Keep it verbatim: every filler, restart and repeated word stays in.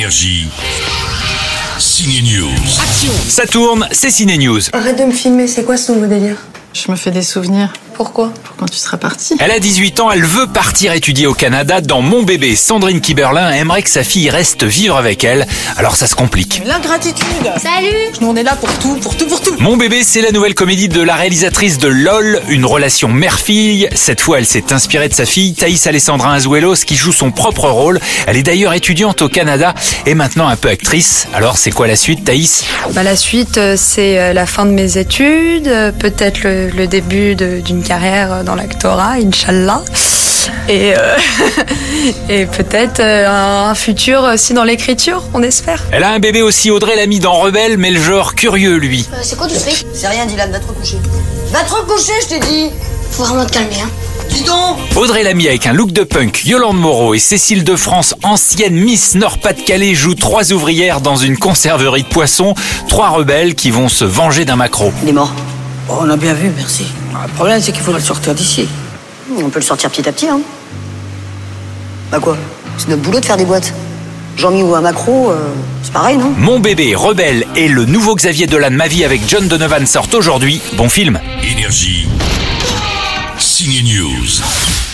Énergie. Ciné News. Action. Ça tourne, c'est Ciné News. Arrête de me filmer, c'est quoi ce nouveau délire? Je me fais des souvenirs. Pourquoi? Pour quand tu seras parti. Elle a dix-huit ans, elle veut partir étudier au Canada. Dans Mon bébé, Sandrine Kiberlin aimerait que sa fille reste vivre avec elle. Alors ça se complique. L'ingratitude. Salut. Nous on est là pour tout, pour tout, pour tout. Mon bébé, c'est la nouvelle comédie de la réalisatrice de LOL, une relation mère-fille. Cette fois, elle s'est inspirée de sa fille, Thaïs Alessandra Azuelos, qui joue son propre rôle. Elle est d'ailleurs étudiante au Canada et maintenant un peu actrice. Alors c'est quoi la suite, Thaïs? Bah, la suite, euh, c'est euh, la fin de mes études, euh, peut-être le, le début de- d'une carrière euh, dans l'actorat, Inch'Allah. Et, euh, et peut-être euh, un futur aussi dans l'écriture, on espère. Elle a un bébé aussi, Audrey Lamy dans Rebelle, mais le genre curieux, lui. Euh, c'est quoi tout ce truc? C'est rien, Dylan, va te recoucher. Va te recoucher, je t'ai dit. Faut vraiment te calmer, hein. Dis donc. Audrey Lamy avec un look de punk, Yolande Moreau et Cécile de France, ancienne Miss Nord-Pas-de-Calais, jouent trois ouvrières dans une conserverie de poissons, trois rebelles qui vont se venger d'un maquereau. Il est mort. Oh, on a bien vu, merci. Le problème, c'est qu'il faudra le sortir d'ici. On peut le sortir petit à petit, hein. Bah quoi? C'est notre boulot de faire des boîtes. Jean-Mi ou un macro, euh, c'est pareil, non? Mon bébé, Rebelle et le nouveau Xavier Dolan, Ma vie avec John Donovan sortent aujourd'hui. Bon film. Énergie. Ciné News.